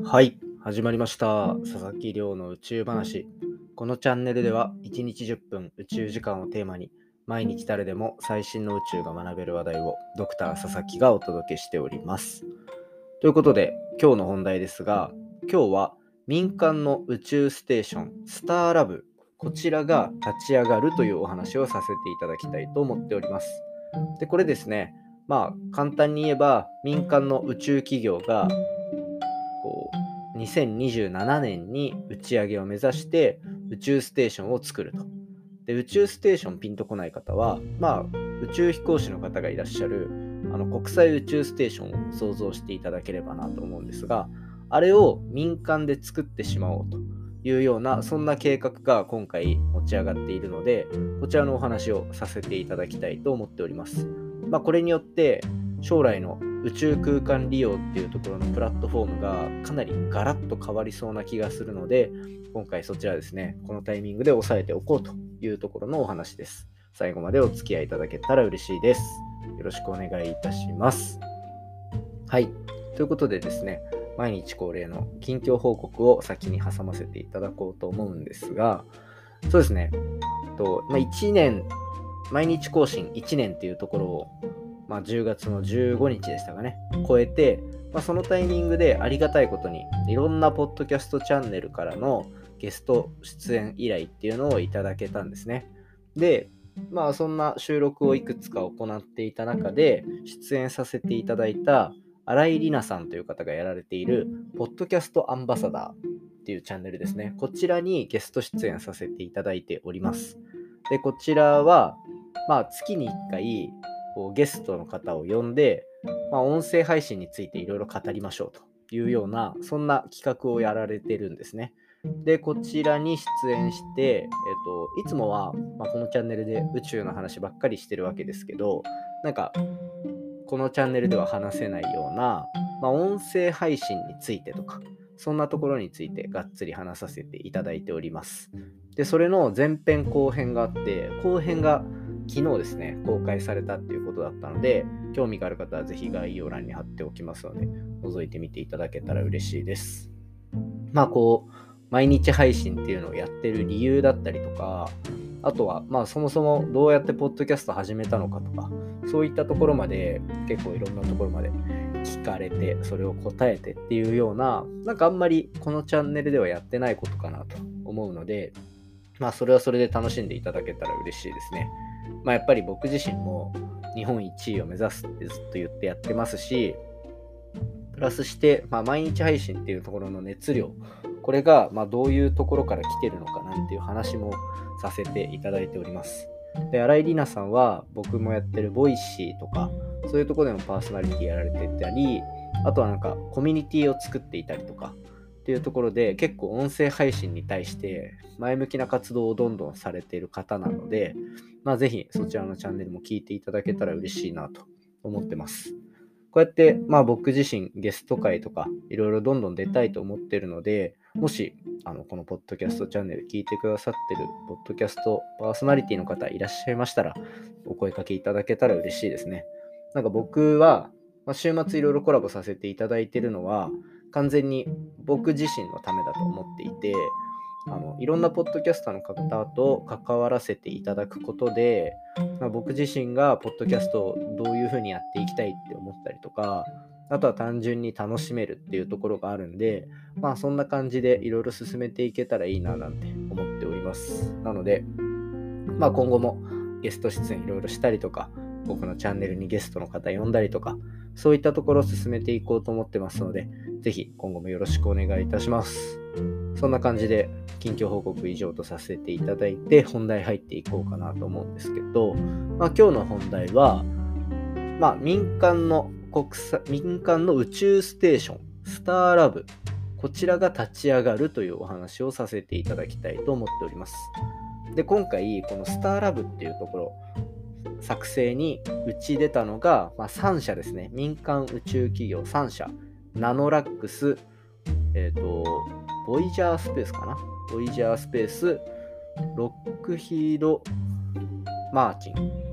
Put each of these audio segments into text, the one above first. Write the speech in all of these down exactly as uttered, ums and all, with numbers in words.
はい、始まりました。佐々木亮の宇宙話。このチャンネルではいちにちじゅっぷん宇宙時間をテーマに毎日誰でも最新の宇宙が学べる話題をドクター佐々木がお届けしております。ということで今日の本題ですが、今日は民間の宇宙ステーションスターラブ、こちらが立ち上がるというお話をさせていただきたいと思っております。で、これですね、まあ簡単に言えば民間の宇宙企業がこうにせんにじゅうななねんに打ち上げを目指して宇宙ステーションを作ると。で、宇宙ステーションピンとこない方は、まあ宇宙飛行士の方がいらっしゃるあの国際宇宙ステーションを想像していただければなと思うんですが、あれを民間で作ってしまおうというような、そんな計画が今回持ち上がっているので、こちらのお話をさせていただきたいと思っております。まあ、これによって将来の宇宙空間利用っていうところのプラットフォームがかなりガラッと変わりそうな気がするので、今回そちらですね、このタイミングで押さえておこうというところのお話です。最後までお付き合いいただけたら嬉しいです。よろしくお願いいたします。はい。ということでですね、毎日恒例の近況報告を先に挟ませていただこうと思うんですが、そうですね、とまあ、いちねん、毎日更新いちねんっていうところを、まあ、じゅうがつのじゅうごにちでしたかね、超えて、まあ、そのタイミングでありがたいことにいろんなポッドキャストチャンネルからのゲスト出演依頼っていうのをいただけたんですね。で、まあそんな収録をいくつか行っていた中で出演させていただいた新井里奈さんという方がやられているポッドキャストアンバサダーっていうチャンネルですね。こちらにゲスト出演させていただいております。で、こちらはまあ月にいっかいこうゲストの方を呼んで、まあ、音声配信についていろいろ語りましょうというような、そんな企画をやられてるんですね。で、こちらに出演して、えっと、いつもは、まあ、このチャンネルで宇宙の話ばっかりしてるわけですけど、なんか、このチャンネルでは話せないような、まあ、音声配信についてとか、そんなところについてがっつり話させていただいております。で、それの前編後編があって、後編が昨日ですね、公開されたっていうことだったので、興味がある方はぜひ概要欄に貼っておきますので、覗いてみていただけたら嬉しいです。まあこう、毎日配信っていうのをやってる理由だったりとか、あとはまあそもそもどうやってポッドキャスト始めたのかとか、そういったところまで結構いろんなところまで聞かれて、それを答えてっていうような、なんかあんまりこのチャンネルではやってないことかなと思うので、まあそれはそれで楽しんでいただけたら嬉しいですね。まあやっぱり僕自身も日本いちいを目指すってずっと言ってやってますし、プラスして、まあ、毎日配信っていうところの熱量、これがまあどういうところから来てるのかなんていう話もさせていただいております。で、新井里奈さんは僕もやってるボイシーとか、そういうところでもパーソナリティやられてたり、あとはなんかコミュニティを作っていたりとかっていうところで、結構音声配信に対して前向きな活動をどんどんされている方なので、まあぜひそちらのチャンネルも聞いていただけたら嬉しいなと思ってます。こうやって、まあ僕自身ゲスト会とかいろいろどんどん出たいと思ってるので、もしあのこのポッドキャストチャンネル聞いてくださってるポッドキャストパーソナリティの方いらっしゃいましたら、お声かけいただけたら嬉しいですね。なんか僕は、まあ、週末いろいろコラボさせていただいてるのは、完全に僕自身のためだと思っていて、あのいろんなポッドキャスターの方と関わらせていただくことで、まあ、僕自身がポッドキャストをどういうふうにやっていきたいって思ったりとか、あとは単純に楽しめるっていうところがあるんで、まあそんな感じでいろいろ進めていけたらいいななんて思っております。なので、まあ今後もゲスト出演いろいろしたりとか、僕のチャンネルにゲストの方呼んだりとか、そういったところを進めていこうと思ってますので、ぜひ今後もよろしくお願いいたします。そんな感じで近況報告以上とさせていただいて本題入っていこうかなと思うんですけど、まあ、今日の本題は、まあ、民間の国際民間の宇宙ステーションスターラブ、こちらが立ち上がるというお話をさせていただきたいと思っております。で、今回このスターラブっていうところ作成に打ち出たのが、まあ、さんしゃですね。民間宇宙企業さんしゃ、ナノラックス、えっとボイジャースペースかなボイジャースペース、ロックヒード・マーチン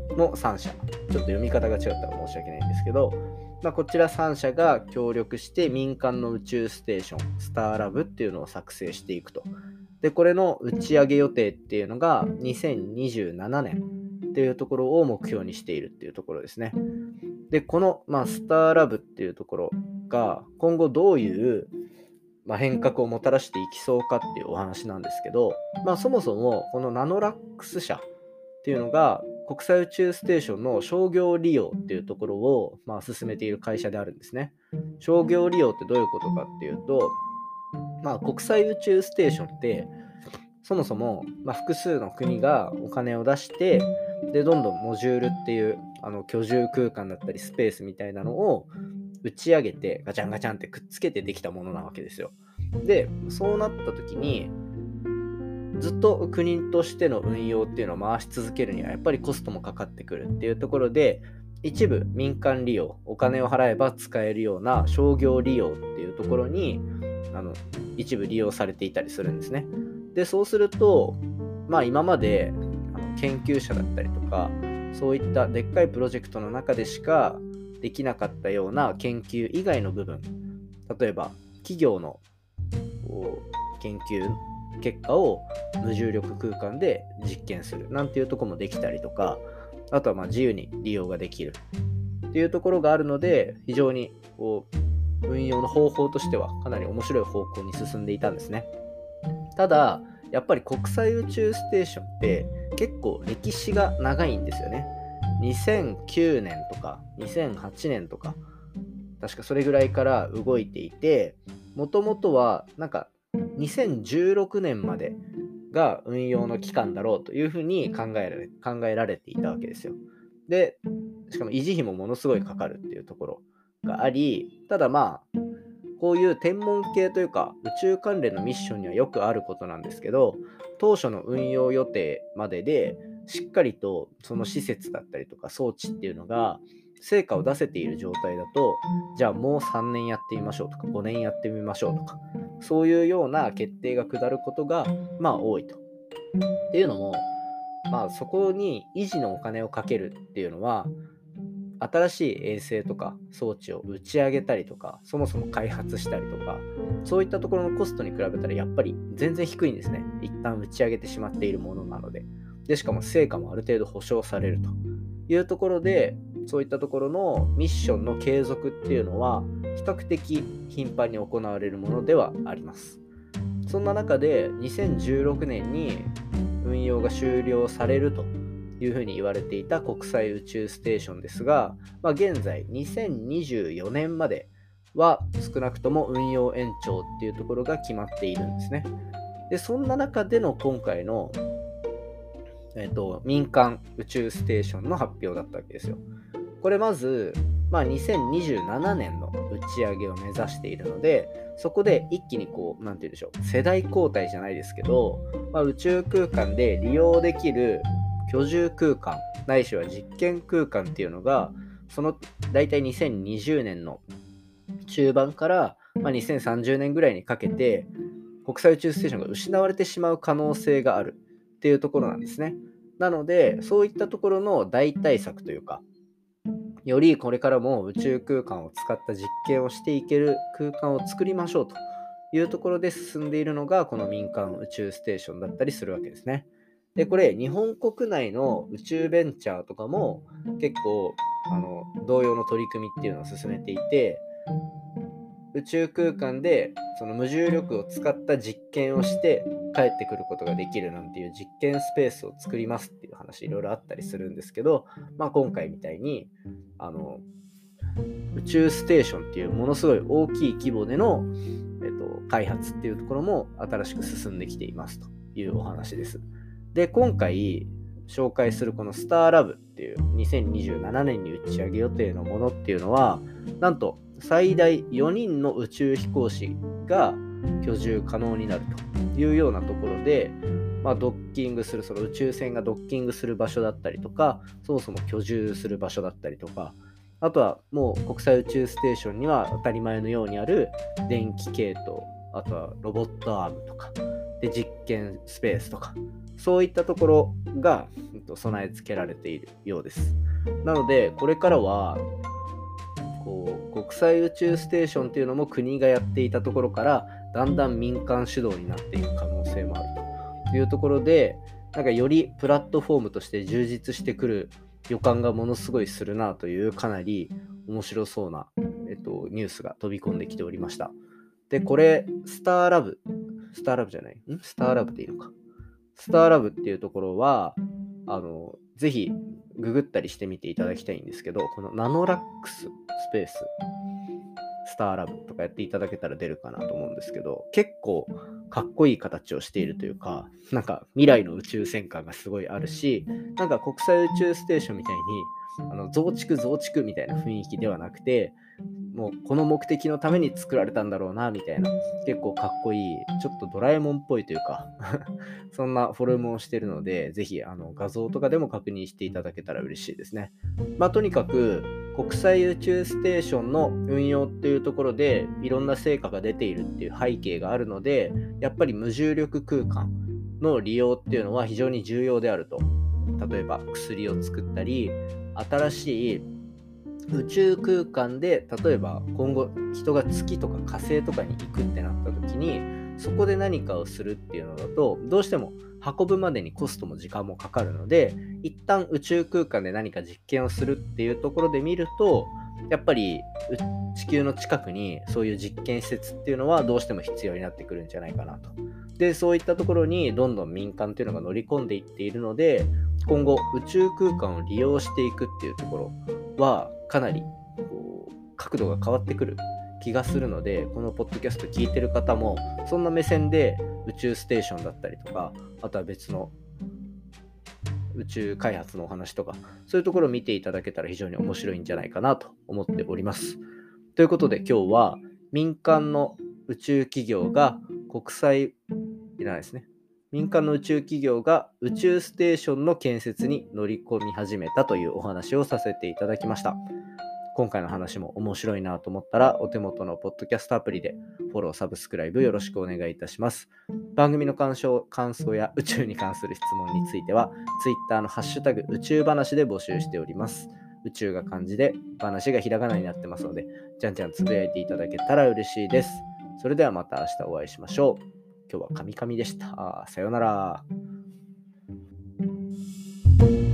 のさん社、ちょっと読み方が違ったら申し訳ないんですけど、まあ、こちらさん社が協力して民間の宇宙ステーションスターラブっていうのを作成していくと。でこれの打ち上げ予定っていうのがにせんにじゅうななねんっていうところを目標にしているっていうところですね。でこの、まあ、スターラブっていうところが今後どういう、まあ、変革をもたらしていきそうかっていうお話なんですけど、まあ、そもそもこのナノラックス社っていうのが国際宇宙ステーションの商業利用っていうところを、まあ、進めている会社であるんですね。商業利用ってどういうことかっていうと、まあ、国際宇宙ステーションってそもそも、まあ、複数の国がお金を出してでどんどんモジュールっていうあの居住空間だったりスペースみたいなのを打ち上げてガチャンガチャンってくっつけてできたものなわけですよ。でそうなった時にずっと国としての運用っていうのを回し続けるにはやっぱりコストもかかってくるっていうところで一部民間利用お金を払えば使えるような商業利用っていうところにあの一部利用されていたりするんですね。でそうするとまあ今まであの研究者だったりとかそういったでっかいプロジェクトの中でしかできなかったような研究以外の部分、例えば企業の研究結果を無重力空間で実験するなんていうところもできたりとか、あとはまあ自由に利用ができるっていうところがあるので非常にこう運用の方法としてはかなり面白い方向に進んでいたんですね。ただやっぱり国際宇宙ステーションって結構歴史が長いんですよね。にせんきゅうねんとかにせんはちねんとか確かそれぐらいから動いていて、もともとはなんかにせんじゅうろくねんまでが運用の期間だろうというふうに考えられ、考えられていたわけですよ。でしかも維持費もものすごいかかるっていうところがあり、ただまあこういう天文系というか宇宙関連のミッションにはよくあることなんですけど、当初の運用予定まででしっかりとその施設だったりとか装置っていうのが成果を出せている状態だと、じゃあもうさんねんやってみましょうとかごねんやってみましょうとかそういうような決定が下ることがまあ多いと。っていうのもまあそこに維持のお金をかけるっていうのは新しい衛星とか装置を打ち上げたりとかそもそも開発したりとかそういったところのコストに比べたらやっぱり全然低いんですね。一旦打ち上げてしまっているものなので。でしかも成果もある程度保証されるというところで、そういったところのミッションの継続っていうのは比較的頻繁に行われるものではあります。そんな中でにせんじゅうろくねんに運用が終了されるというふうに言われていた国際宇宙ステーションですが、まあ、現在にせんにじゅうよねんまでは少なくとも運用延長っていうところが決まっているんですね。でそんな中での今回の、えーと、民間宇宙ステーションの発表だったわけですよ。これまず、まあ、にせんにじゅうななねんの打ち上げを目指しているので、そこで一気にこう、なんて言うんでしょう、世代交代じゃないですけど、まあ、宇宙空間で利用できる居住空間ないしは実験空間っていうのがその大体にせんにじゅうねんの中盤から、まあ、にせんさんじゅうねんぐらいにかけて国際宇宙ステーションが失われてしまう可能性があるっていうところなんですね。なのでそういったところの代替策というか、よりこれからも宇宙空間を使った実験をしていける空間を作りましょうというところで進んでいるのがこの民間宇宙ステーションだったりするわけですね。でこれ日本国内の宇宙ベンチャーとかも結構あの同様の取り組みっていうのを進めていて、宇宙空間でその無重力を使った実験をして帰ってくることができるなんていう実験スペースを作りますっていう話いろいろあったりするんですけど、まあ、今回みたいにあの宇宙ステーションっていうものすごい大きい規模での、えっと、開発っていうところも新しく進んできていますというお話です。で今回紹介するこのスターラブっていうにせんにじゅうななねんに打ち上げ予定のものっていうのはなんと最大よにんの宇宙飛行士が居住可能になるというようなところで、まあ、ドッキングするその宇宙船がドッキングする場所だったりとかそもそも居住する場所だったりとか、あとはもう国際宇宙ステーションには当たり前のようにある電気系統、あとはロボットアームとかっで実験スペースとか、そういったところが備え付けられているようです。なのでこれからはこう国際宇宙ステーションっていうのも国がやっていたところからだんだん民間主導になっていく可能性もあるというところで、なんかよりプラットフォームとして充実してくる予感がものすごいするなという、かなり面白そうな、えっと、ニュースが飛び込んできておりました。でこれスターラブスターラブじゃないんスターラブでいいのかスターラブっていうところはあのぜひググったりしてみていただきたいんですけど、このナノラックススペーススターラブとかやっていただけたら出るかなと思うんですけど、結構かっこいい形をしているというか、なんか未来の宇宙戦艦がすごいあるし、なんか国際宇宙ステーションみたいにあの増築増築みたいな雰囲気ではなくて、もうこの目的のために作られたんだろうなみたいな、結構かっこいい、ちょっとドラえもんっぽいというかそんなフォルムをしているので、ぜひあの画像とかでも確認していただけたら嬉しいですね。まあとにかく国際宇宙ステーションの運用っていうところでいろんな成果が出ているっていう背景があるので、やっぱり無重力空間の利用っていうのは非常に重要であると。例えば薬を作ったり、新しい宇宙空間で例えば今後人が月とか火星とかに行くってなった時に、そこで何かをするっていうのだとどうしても運ぶまでにコストも時間もかかるので、一旦宇宙空間で何か実験をするっていうところで見ると、やっぱり地球の近くにそういう実験施設っていうのはどうしても必要になってくるんじゃないかなと。でそういったところにどんどん民間っていうのが乗り込んでいっているので、今後宇宙空間を利用していくっていうところはかなりこう角度が変わってくる気がするので、このポッドキャスト聞いてる方もそんな目線で宇宙ステーションだったりとか、あとは別の宇宙開発のお話とか、そういうところを見ていただけたら非常に面白いんじゃないかなと思っております。ということで今日は民間の宇宙企業が国際いらないですね民間の宇宙企業が宇宙ステーションの建設に乗り込み始めたというお話をさせていただきました。今回の話も面白いなと思ったら、お手元のポッドキャストアプリでフォロー、サブスクライブよろしくお願いいたします。番組の感想、感想や宇宙に関する質問については、Twitter のハッシュタグ宇宙話で募集しております。宇宙が漢字で、話がひらがなになってますので、じゃんじゃんつぶやいていただけたら嬉しいです。それではまた明日お会いしましょう。今日はカミカミでした。さようなら。